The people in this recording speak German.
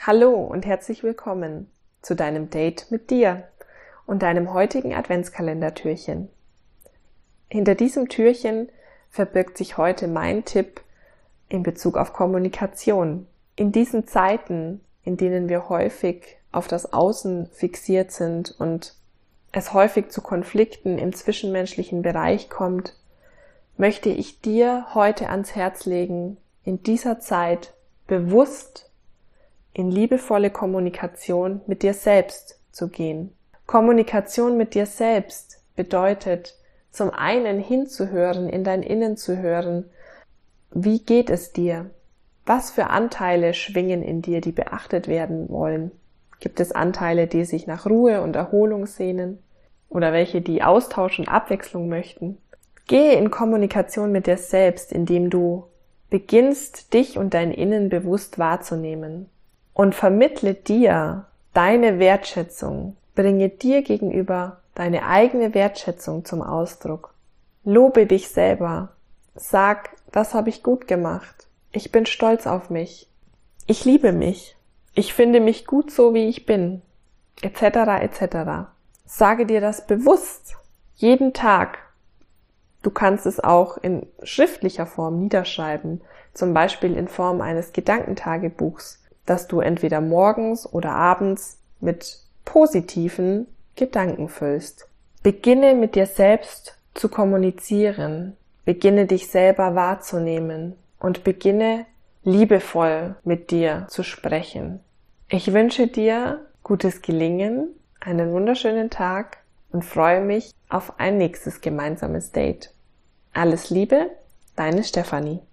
Hallo und herzlich willkommen zu deinem Date mit dir und deinem heutigen Adventskalendertürchen. Hinter diesem Türchen verbirgt sich heute mein Tipp in Bezug auf Kommunikation. In diesen Zeiten, in denen wir häufig auf das Außen fixiert sind und es häufig zu Konflikten im zwischenmenschlichen Bereich kommt, möchte ich dir heute ans Herz legen, in dieser Zeit bewusst in liebevolle Kommunikation mit dir selbst zu gehen. Kommunikation mit dir selbst bedeutet, zum einen hinzuhören, in dein Innen zu hören. Wie geht es dir? Was für Anteile schwingen in dir, die beachtet werden wollen? Gibt es Anteile, die sich nach Ruhe und Erholung sehnen? Oder welche, die Austausch und Abwechslung möchten? Gehe in Kommunikation mit dir selbst, indem du beginnst, dich und dein Innen bewusst wahrzunehmen. Und vermittle dir deine Wertschätzung, bringe dir gegenüber deine eigene Wertschätzung zum Ausdruck. Lobe dich selber. Sag, das habe ich gut gemacht. Ich bin stolz auf mich. Ich liebe mich. Ich finde mich gut so, wie ich bin. Etc. etc. Sage dir das bewusst. Jeden Tag. Du kannst es auch in schriftlicher Form niederschreiben. Zum Beispiel in Form eines Gedankentagebuchs, dass du entweder morgens oder abends mit positiven Gedanken füllst. Beginne mit dir selbst zu kommunizieren, beginne dich selber wahrzunehmen und beginne liebevoll mit dir zu sprechen. Ich wünsche dir gutes Gelingen, einen wunderschönen Tag und freue mich auf ein nächstes gemeinsames Date. Alles Liebe, deine Stefanie.